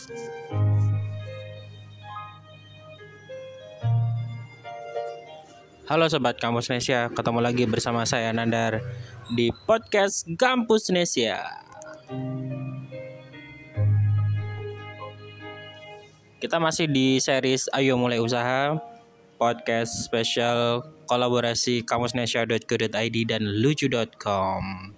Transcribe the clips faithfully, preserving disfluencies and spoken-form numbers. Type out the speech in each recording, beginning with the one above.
Halo Sobat Kampus Nesia, ketemu lagi bersama saya Nandar di podcast Kampus Nesia. Kita masih di series Ayo Mulai Usaha, podcast spesial kolaborasi kampusnesia dot co dot id dan lucu dot com.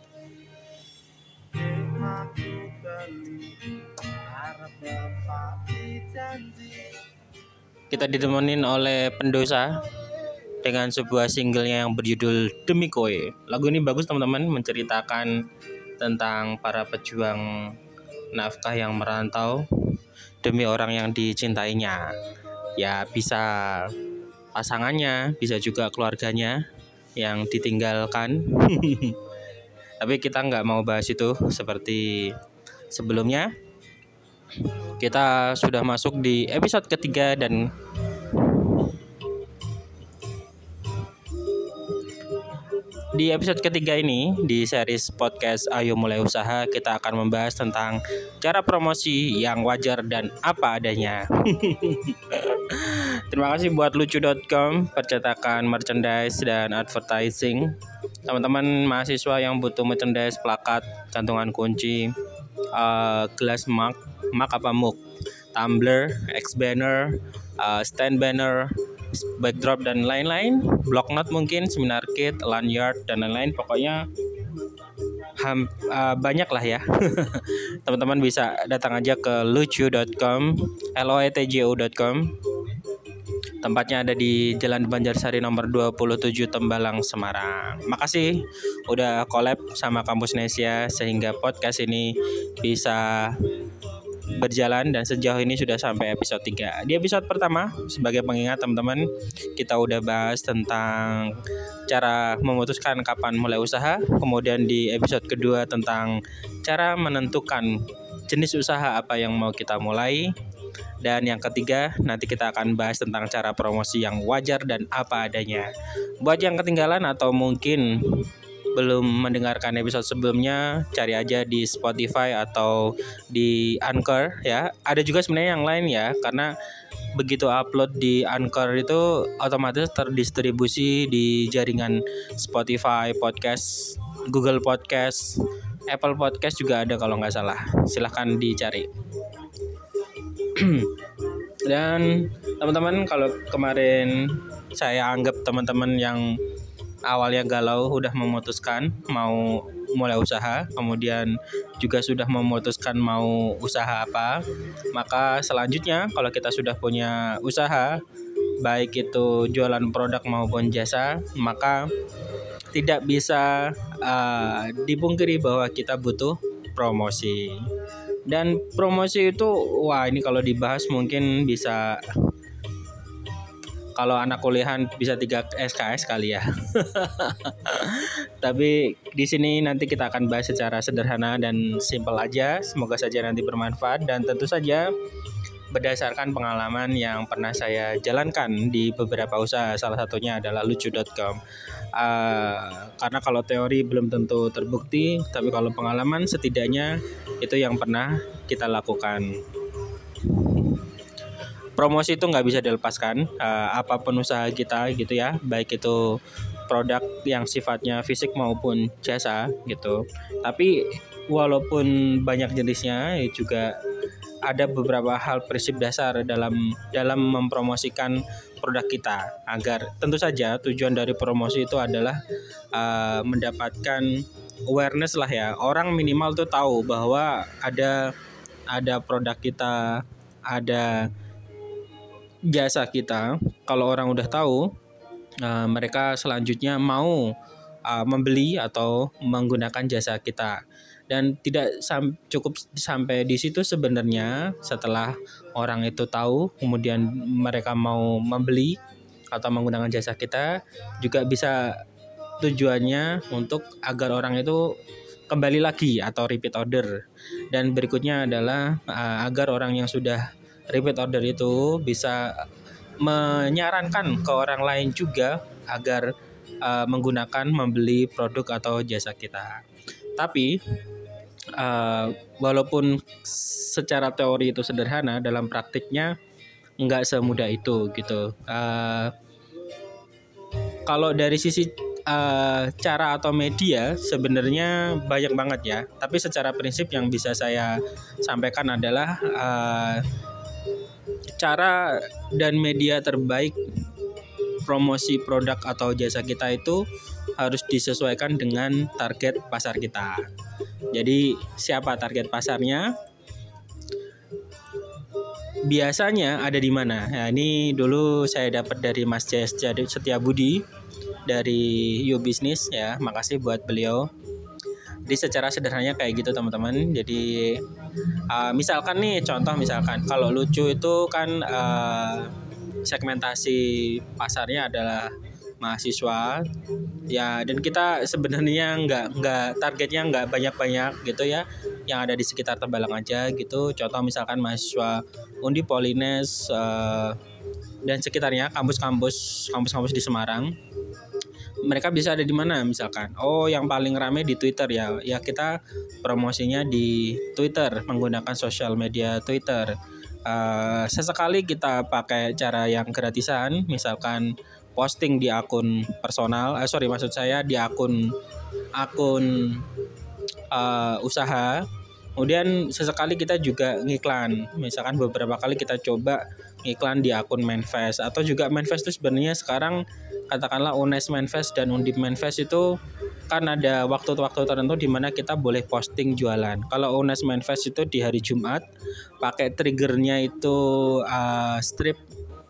Kita ditemenin oleh pendosa dengan sebuah singlenya yang berjudul Demi Koe. Lagu ini bagus teman-teman, menceritakan tentang para pejuang nafkah yang merantau demi orang yang dicintainya. Ya bisa pasangannya, bisa juga keluarganya yang ditinggalkan. Tapi kita nggak mau bahas itu seperti sebelumnya. Kita sudah masuk di episode ketiga dan di episode ketiga ini di series podcast Ayo Mulai Usaha kita akan membahas tentang cara promosi yang wajar dan apa adanya. Terima kasih buat lucu dot com, percetakan merchandise dan advertising. Teman-teman mahasiswa yang butuh merchandise, plakat, cantongan kunci, uh, gelas mug, mug apa mug, tumbler, X banner, uh, stand banner, backdrop dan lain-lain, blocknot mungkin, seminar kit, lanyard dan lain-lain, pokoknya ham, uh, banyak lah ya. Teman-teman bisa datang aja ke lucu dot com, l o e t j o dot com. Tempatnya ada di Jalan Banjarsari nomor dua puluh tujuh Tembalang, Semarang. Makasih udah collab sama Kampus Nesia sehingga podcast ini bisa berjalan dan sejauh ini sudah sampai episode tiga. Di episode pertama, sebagai pengingat teman-teman, kita udah bahas tentang cara memutuskan kapan mulai usaha. Kemudian di episode kedua tentang cara menentukan jenis usaha apa yang mau kita mulai. Dan yang ketiga, nanti kita akan bahas tentang cara promosi yang wajar dan apa adanya. Buat yang ketinggalan atau mungkin belum mendengarkan episode sebelumnya, cari aja di Spotify atau di Anchor ya. Ada juga sebenarnya yang lain ya, karena begitu upload di Anchor itu otomatis terdistribusi di jaringan Spotify, Podcast, Google Podcast, Apple Podcast juga ada kalau nggak salah. Silahkan dicari. Dan teman-teman, kalau kemarin saya anggap teman-teman yang awalnya galau udah memutuskan mau mulai usaha, kemudian juga sudah memutuskan mau usaha apa, maka selanjutnya kalau kita sudah punya usaha, baik itu jualan produk maupun jasa, maka tidak bisa uh, dipungkiri bahwa kita butuh promosi. Dan promosi itu, wah ini kalau dibahas mungkin bisa, kalau anak kuliahan bisa tiga S K S kali ya. Tapi di sini nanti kita akan bahas secara sederhana dan simpel aja. Semoga saja nanti bermanfaat dan tentu saja berdasarkan pengalaman yang pernah saya jalankan di beberapa usaha. Salah satunya adalah lucu dot com. Uh, karena kalau teori belum tentu terbukti, tapi kalau pengalaman setidaknya itu yang pernah kita lakukan. Promosi itu nggak bisa dilepaskan, uh, apapun usaha kita gitu ya, baik itu produk yang sifatnya fisik maupun jasa gitu. Tapi walaupun banyak jenisnya, juga ada beberapa hal prinsip dasar dalam dalam mempromosikan produk kita, agar tentu saja tujuan dari promosi itu adalah uh, mendapatkan awareness lah ya. Orang minimal tuh tahu bahwa ada ada produk kita, ada jasa kita. Kalau orang udah tahu, uh, mereka selanjutnya mau uh, membeli atau menggunakan jasa kita. Dan tidak sam- cukup sampai di situ sebenarnya. Setelah orang itu tahu, kemudian mereka mau membeli atau menggunakan jasa kita, juga bisa tujuannya untuk agar orang itu kembali lagi atau repeat order. Dan berikutnya adalah uh, agar orang yang sudah repeat order itu bisa menyarankan ke orang lain juga agar uh, menggunakan, membeli produk atau jasa kita. Tapi uh, walaupun secara teori itu sederhana, dalam praktiknya nggak semudah itu gitu. Uh, kalau dari sisi uh, cara atau media sebenarnya banyak banget ya. Tapi secara prinsip yang bisa saya sampaikan adalah uh, cara dan media terbaik promosi produk atau jasa kita itu harus disesuaikan dengan target pasar kita. Jadi siapa target pasarnya? Biasanya ada di mana? Ya, ini dulu saya dapat dari Mas J S Setiabudi dari You Business ya. Makasih buat beliau. Jadi secara sederhananya kayak gitu teman-teman. Jadi uh, misalkan nih contoh misalkan kalau lucu itu kan uh, segmentasi pasarnya adalah mahasiswa ya, dan kita sebenarnya nggak nggak targetnya nggak banyak-banyak gitu ya, yang ada di sekitar Tembalang aja gitu. Contoh misalkan mahasiswa Undi Polines uh, dan sekitarnya, kampus-kampus kampus-kampus di Semarang. Mereka bisa ada di mana misalkan? Oh, yang paling ramai di Twitter ya. Ya kita promosinya di Twitter menggunakan sosial media Twitter. Uh, sesekali kita pakai cara yang gratisan, misalkan posting di akun personal, eh, sorry maksud saya di akun akun uh, usaha. Kemudian sesekali kita juga ngiklan, misalkan beberapa kali kita coba ngiklan di akun Manfest, atau juga Manfest itu sebenarnya sekarang katakanlah U N E S Manfest dan Undip Manfest itu kan ada waktu-waktu tertentu di mana kita boleh posting jualan. Kalau U N E S Manfest itu di hari Jumat, pakai triggernya itu uh, strip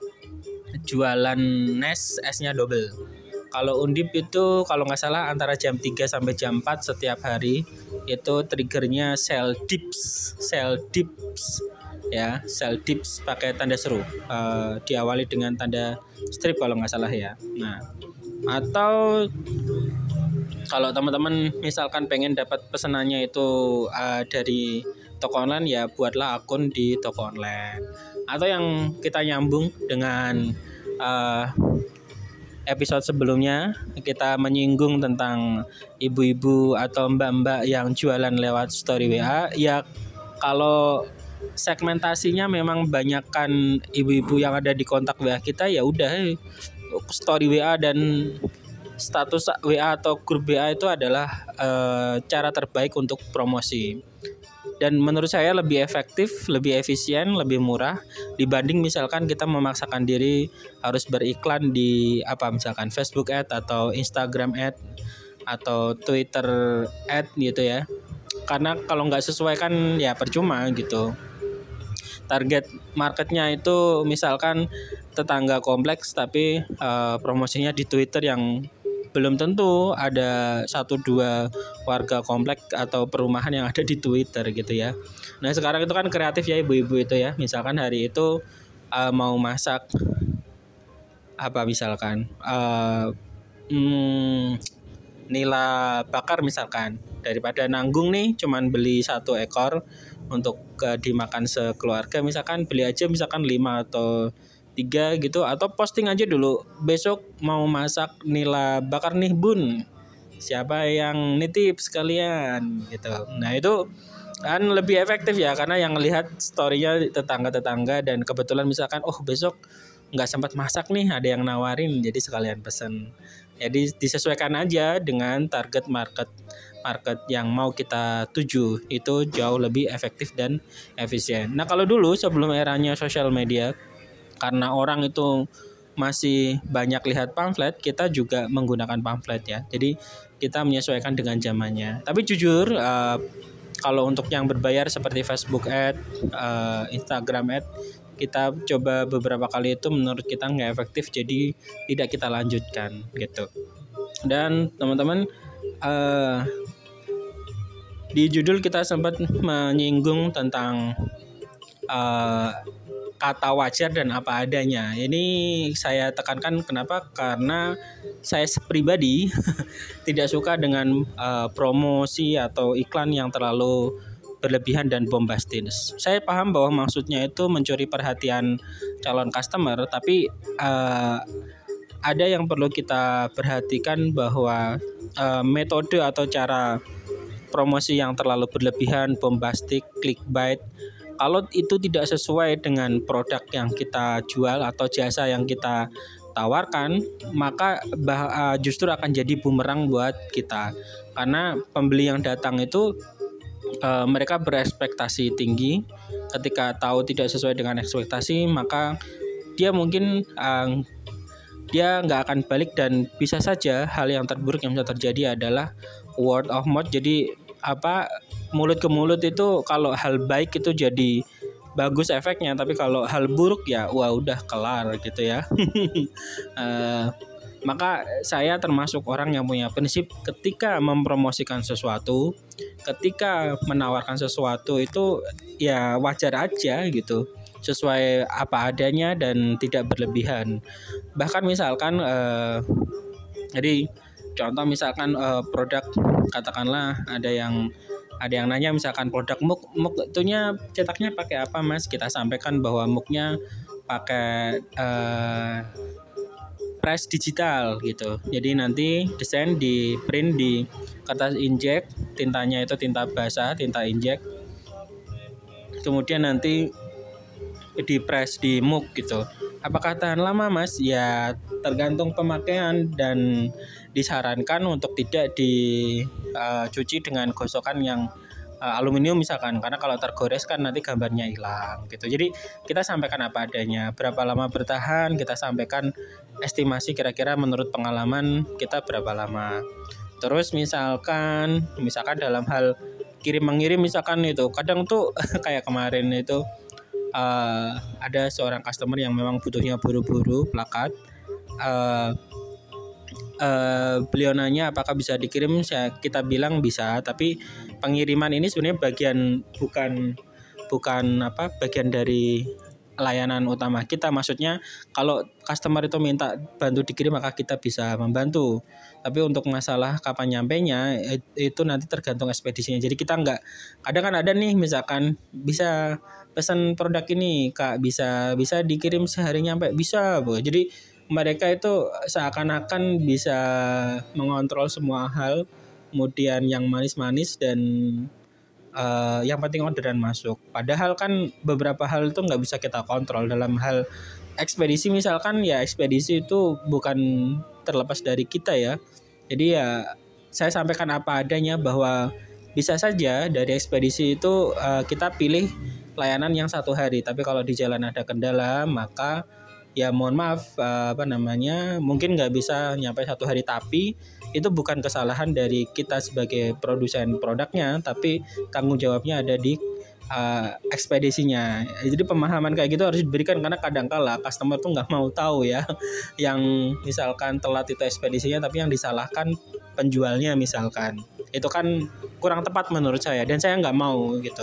jualan N E S, S-nya double. Kalau Undip itu kalau nggak salah antara jam tiga sampai jam empat setiap hari, itu triggernya sell dips, sell dips ya, sell dips pakai tanda seru, uh, diawali dengan tanda strip kalau nggak salah ya. Nah, atau kalau teman-teman misalkan pengen dapat pesanannya itu uh, dari toko online, ya buatlah akun di toko online. Atau yang kita nyambung dengan uh, episode sebelumnya, kita menyinggung tentang ibu-ibu atau mbak-mbak yang jualan lewat story W A. Ya kalau segmentasinya memang banyakkan ibu-ibu yang ada di kontak W A kita, ya udah story W A dan status W A atau grup W A itu adalah uh, cara terbaik untuk promosi. Dan menurut saya lebih efektif, lebih efisien, lebih murah dibanding misalkan kita memaksakan diri harus beriklan di apa misalkan Facebook ad atau Instagram ad atau Twitter ad gitu ya. Karena kalau nggak sesuai kan ya percuma gitu. Target marketnya itu misalkan tetangga kompleks, tapi uh, promosinya di Twitter yang belum tentu ada satu dua warga komplek atau perumahan yang ada di Twitter gitu ya. Nah sekarang itu kan kreatif ya ibu-ibu itu ya. Misalkan hari itu uh, mau masak apa misalkan uh, hmm, nila bakar misalkan, daripada nanggung nih cuman beli satu ekor untuk uh, dimakan sekeluarga, misalkan beli aja misalkan lima atau tiga gitu, atau posting aja dulu besok mau masak nila bakar nih bun, siapa yang nitip sekalian gitu. Nah itu kan lebih efektif ya, karena yang lihat story-nya tetangga-tetangga dan kebetulan misalkan oh besok nggak sempat masak nih ada yang nawarin, jadi sekalian pesen. Jadi disesuaikan aja dengan target market market yang mau kita tuju, itu jauh lebih efektif dan efisien. Nah kalau dulu sebelum eranya sosial media, karena orang itu masih banyak lihat pamflet, kita juga menggunakan pamflet ya. Jadi kita menyesuaikan dengan zamannya. Tapi jujur uh, kalau untuk yang berbayar seperti Facebook ad, uh, Instagram ad, kita coba beberapa kali itu menurut kita nggak efektif, jadi tidak kita lanjutkan gitu. Dan teman-teman uh, di judul kita sempat menyinggung tentang uh, kata wajar dan apa adanya. Ini saya tekankan kenapa? Karena saya pribadi tidak suka dengan uh, promosi atau iklan yang terlalu berlebihan dan bombastis. Saya paham bahwa maksudnya itu mencuri perhatian calon customer, tapi uh, ada yang perlu kita perhatikan bahwa uh, metode atau cara promosi yang terlalu berlebihan, bombastik, clickbait. Kalau itu tidak sesuai dengan produk yang kita jual atau jasa yang kita tawarkan, maka bah, justru akan jadi bumerang buat kita. Karena pembeli yang datang itu uh, mereka berekspektasi tinggi. Ketika tahu tidak sesuai dengan ekspektasi, maka dia mungkin uh, dia nggak akan balik, dan bisa saja hal yang terburuk yang bisa terjadi adalah word of mouth. Jadi apa mulut ke mulut itu, kalau hal baik itu jadi bagus efeknya, tapi kalau hal buruk ya wah udah kelar gitu ya. uh, maka saya termasuk orang yang punya prinsip ketika mempromosikan sesuatu, ketika menawarkan sesuatu itu ya wajar aja gitu, sesuai apa adanya dan tidak berlebihan. Bahkan misalkan uh, jadi contoh misalkan uh, produk, katakanlah ada yang ada yang nanya misalkan produk muk, muk itunya cetaknya pakai apa mas? Kita sampaikan bahwa muknya pakai uh, press digital gitu. Jadi nanti desain di print di kertas inkjet, tintanya itu tinta basah, tinta inkjet. Kemudian nanti di press di muk gitu. Apakah tahan lama mas? Ya tergantung pemakaian, dan disarankan untuk tidak dicuci uh, dengan gosokan yang uh, aluminium misalkan, karena kalau tergores kan nanti gambarnya hilang gitu. Jadi kita sampaikan apa adanya, berapa lama bertahan, kita sampaikan estimasi kira-kira menurut pengalaman kita berapa lama. Terus misalkan misalkan dalam hal kirim mengirim misalkan itu kadang tuh kayak kemarin itu Uh, ada seorang customer yang memang butuhnya buru-buru plakat. Uh, uh, beliau nanya apakah bisa dikirim. Saya, kita bilang bisa, tapi pengiriman ini sebenarnya bagian bukan bukan apa bagian dari layanan utama kita. Maksudnya kalau customer itu minta bantu dikirim maka kita bisa membantu, tapi untuk masalah kapan nyampainya itu nanti tergantung ekspedisinya. Jadi kita nggak, kadang kan ada nih misalkan bisa pesan produk ini kak, bisa bisa dikirim sehari nyampe, bisa bu. Jadi mereka itu seakan-akan bisa mengontrol semua hal, kemudian yang manis-manis dan Uh, yang penting orderan masuk. Padahal kan beberapa hal itu nggak bisa kita kontrol. Dalam hal ekspedisi misalkan, ya ekspedisi itu bukan terlepas dari kita ya. Jadi ya saya sampaikan apa adanya, bahwa bisa saja dari ekspedisi itu uh, kita pilih layanan yang satu hari, tapi kalau di jalan ada kendala maka ya mohon maaf uh, apa namanya mungkin nggak bisa nyampe satu hari. Tapi itu bukan kesalahan dari kita sebagai produsen produknya, tapi tanggung jawabnya ada di uh, ekspedisinya. Jadi pemahaman kayak gitu harus diberikan, karena kadang-kala customer tuh nggak mau tahu ya, yang misalkan telat itu ekspedisinya tapi yang disalahkan penjualnya misalkan, itu kan kurang tepat menurut saya, dan saya nggak mau gitu.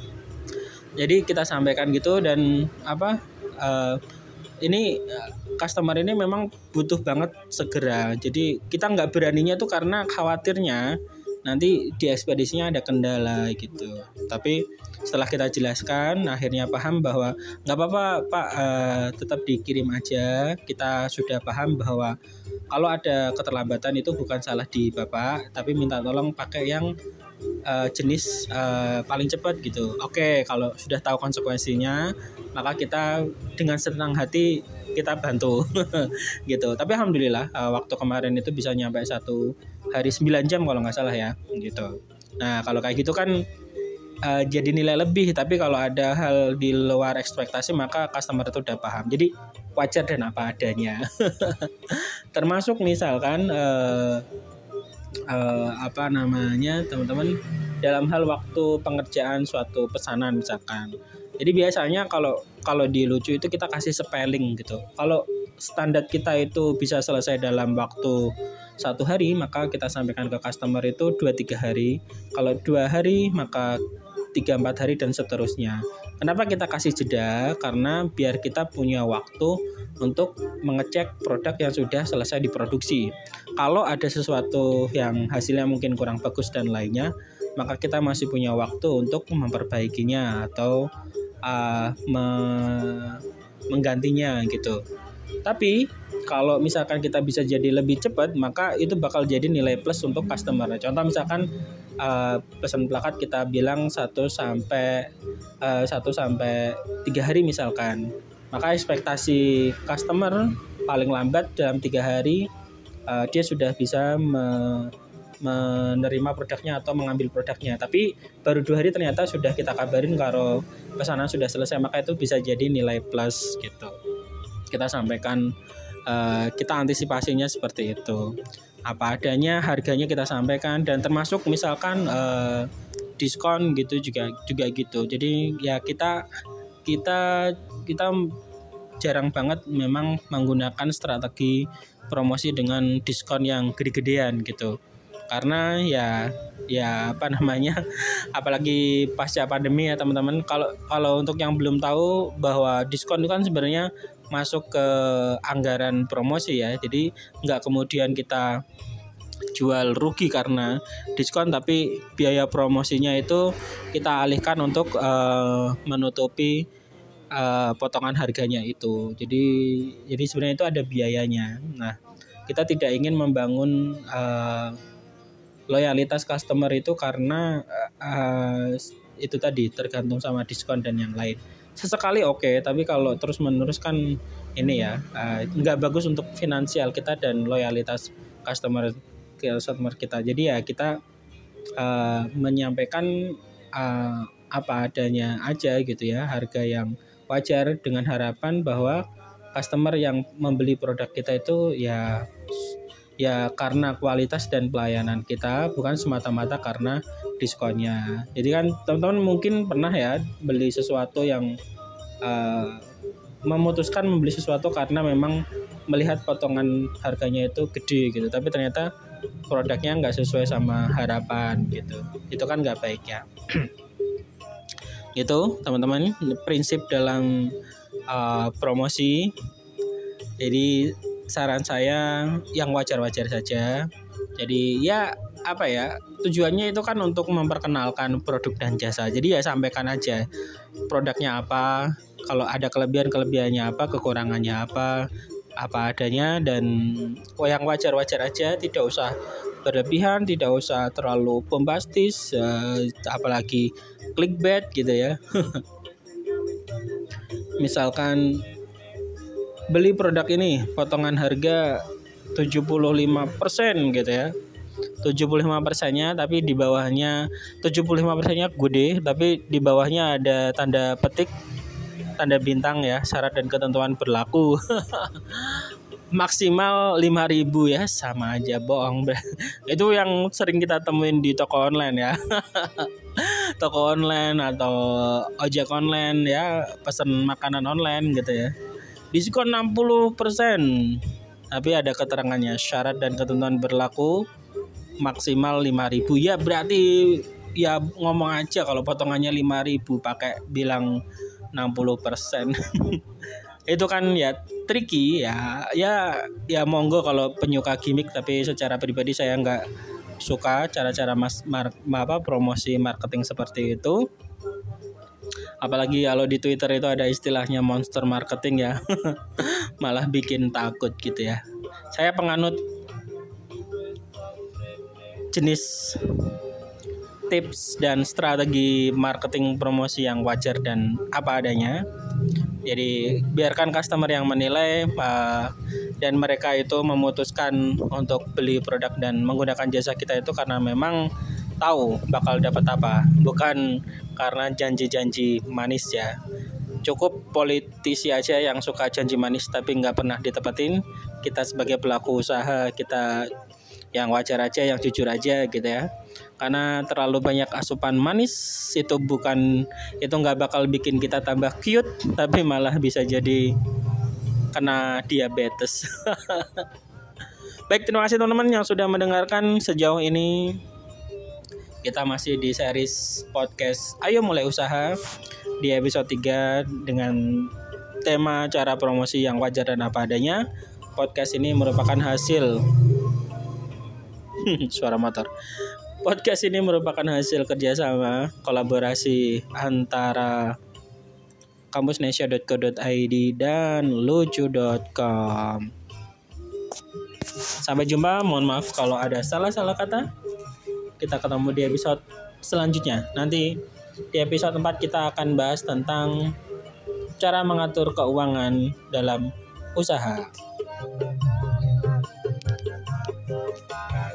Jadi kita sampaikan gitu, dan apa uh, ini customer ini memang butuh banget segera. Jadi kita nggak beraninya tuh karena khawatirnya nanti di ekspedisinya ada kendala gitu. Tapi setelah kita jelaskan, akhirnya paham bahwa nggak apa-apa Pak, uh, tetap dikirim aja. Kita sudah paham bahwa kalau ada keterlambatan itu bukan salah di Bapak, tapi minta tolong pakai yang uh, jenis uh, paling cepat gitu. Oke, kalau sudah tahu konsekuensinya, maka kita dengan senang hati kita bantu gitu. Tapi alhamdulillah uh, waktu kemarin itu bisa nyampe satu hari sembilan jam kalau nggak salah ya gitu. Nah kalau kayak gitu kan uh, jadi nilai lebih. Tapi kalau ada hal di luar ekspektasi maka customer itu udah paham. Jadi wajar dan apa adanya. Termasuk misalkan uh, uh, apa namanya teman-teman dalam hal waktu pengerjaan suatu pesanan misalkan. Jadi biasanya kalau kalau di Lucu itu kita kasih spelling gitu. Kalau standar kita itu bisa selesai dalam waktu satu hari, maka kita sampaikan ke customer itu dua tiga hari. Kalau dua hari maka tiga empat hari dan seterusnya. Kenapa kita kasih jeda? Karena biar kita punya waktu untuk mengecek produk yang sudah selesai diproduksi. Kalau ada sesuatu yang hasilnya mungkin kurang bagus dan lainnya, maka kita masih punya waktu untuk memperbaikinya atau uh, me- menggantinya gitu. Tapi kalau misalkan kita bisa jadi lebih cepat, maka itu bakal jadi nilai plus untuk customer. Contoh misalkan uh, pesan plakat kita bilang satu sampai uh, satu sampai tiga hari misalkan. Maka ekspektasi customer paling lambat dalam tiga hari uh, dia sudah bisa me- menerima produknya atau mengambil produknya. Tapi baru dua hari ternyata sudah kita kabarin kalau pesanan sudah selesai, maka itu bisa jadi nilai plus gitu. Kita sampaikan, uh, kita antisipasinya seperti itu. Apa adanya, harganya kita sampaikan, dan termasuk misalkan uh, diskon gitu juga juga gitu. Jadi ya kita kita kita jarang banget memang menggunakan strategi promosi dengan diskon yang gede-gedean gitu. Karena ya ya apa namanya apalagi pasca pandemi ya teman-teman, kalau kalau untuk yang belum tahu bahwa diskon itu kan sebenarnya masuk ke anggaran promosi ya. Jadi nggak kemudian kita jual rugi karena diskon, tapi biaya promosinya itu kita alihkan untuk uh, menutupi uh, potongan harganya itu. Jadi jadi sebenarnya itu ada biayanya. Nah, kita tidak ingin membangun uh, loyalitas customer itu karena uh, itu tadi tergantung sama diskon dan yang lain. Sesekali oke, okay, tapi kalau terus menerus kan ini ya uh, nggak bagus untuk finansial kita dan loyalitas customer customer kita. Jadi ya kita uh, menyampaikan uh, apa adanya aja gitu ya, harga yang wajar dengan harapan bahwa customer yang membeli produk kita itu ya ya karena kualitas dan pelayanan kita, bukan semata-mata karena diskonnya. Jadi kan teman-teman mungkin pernah ya beli sesuatu yang uh, memutuskan membeli sesuatu karena memang melihat potongan harganya itu gede gitu, tapi ternyata produknya nggak sesuai sama harapan gitu. Itu kan nggak baik ya. Gitu teman-teman, prinsip dalam uh, promosi. Jadi saran saya yang wajar-wajar saja. Jadi ya apa ya, tujuannya itu kan untuk memperkenalkan produk dan jasa. Jadi ya sampaikan aja produknya apa, kalau ada kelebihan-kelebihannya apa, kekurangannya apa, apa adanya, dan yang wajar-wajar aja, tidak usah berlebihan, tidak usah terlalu bombastis, eh, apalagi clickbait gitu ya. Misalkan beli produk ini potongan harga tujuh puluh lima persen gitu ya. tujuh puluh lima persennya tapi di bawahnya tujuh puluh lima persennya gede, tapi di bawahnya ada tanda petik, tanda bintang ya, syarat dan ketentuan berlaku. Maksimal lima ribu ya, sama aja bohong. Itu yang sering kita temuin di toko online ya. Toko online atau ojek online ya, pesan makanan online gitu ya. Diskon enam puluh persen. Tapi ada keterangannya, syarat dan ketentuan berlaku, maksimal lima ribu. Ya berarti ya ngomong aja kalau potongannya lima ribu pakai bilang enam puluh persen. Itu kan ya tricky ya. Ya ya monggo kalau penyuka gimmick, tapi secara pribadi saya nggak suka cara-cara mas mar, apa promosi marketing seperti itu. Apalagi kalau di Twitter itu ada istilahnya monster marketing ya. Malah bikin takut gitu ya. Saya penganut jenis tips dan strategi marketing promosi yang wajar dan apa adanya. Jadi biarkan customer yang menilai, uh, dan mereka itu memutuskan untuk beli produk dan menggunakan jasa kita itu karena memang tahu bakal dapat apa, bukan karena janji-janji manis ya. Cukup politisi aja yang suka janji manis tapi nggak pernah ditepatin. Kita sebagai pelaku usaha, kita yang wajar aja, yang jujur aja gitu ya. Karena terlalu banyak asupan manis itu bukan itu nggak bakal bikin kita tambah cute, tapi malah bisa jadi kena diabetes. Baik, terima kasih teman-teman yang sudah mendengarkan sejauh ini. Kita masih di series podcast Ayo Mulai Usaha di episode tiga dengan tema cara promosi yang wajar dan apa adanya. Podcast ini merupakan hasil suara motor. Podcast ini merupakan hasil kerjasama kolaborasi antara kampusnesia dot co dot i d dan lucu dot com. Sampai jumpa, mohon maaf kalau ada salah-salah kata. Kita ketemu di episode selanjutnya. Nanti di episode empat kita akan bahas tentang cara mengatur keuangan dalam usaha.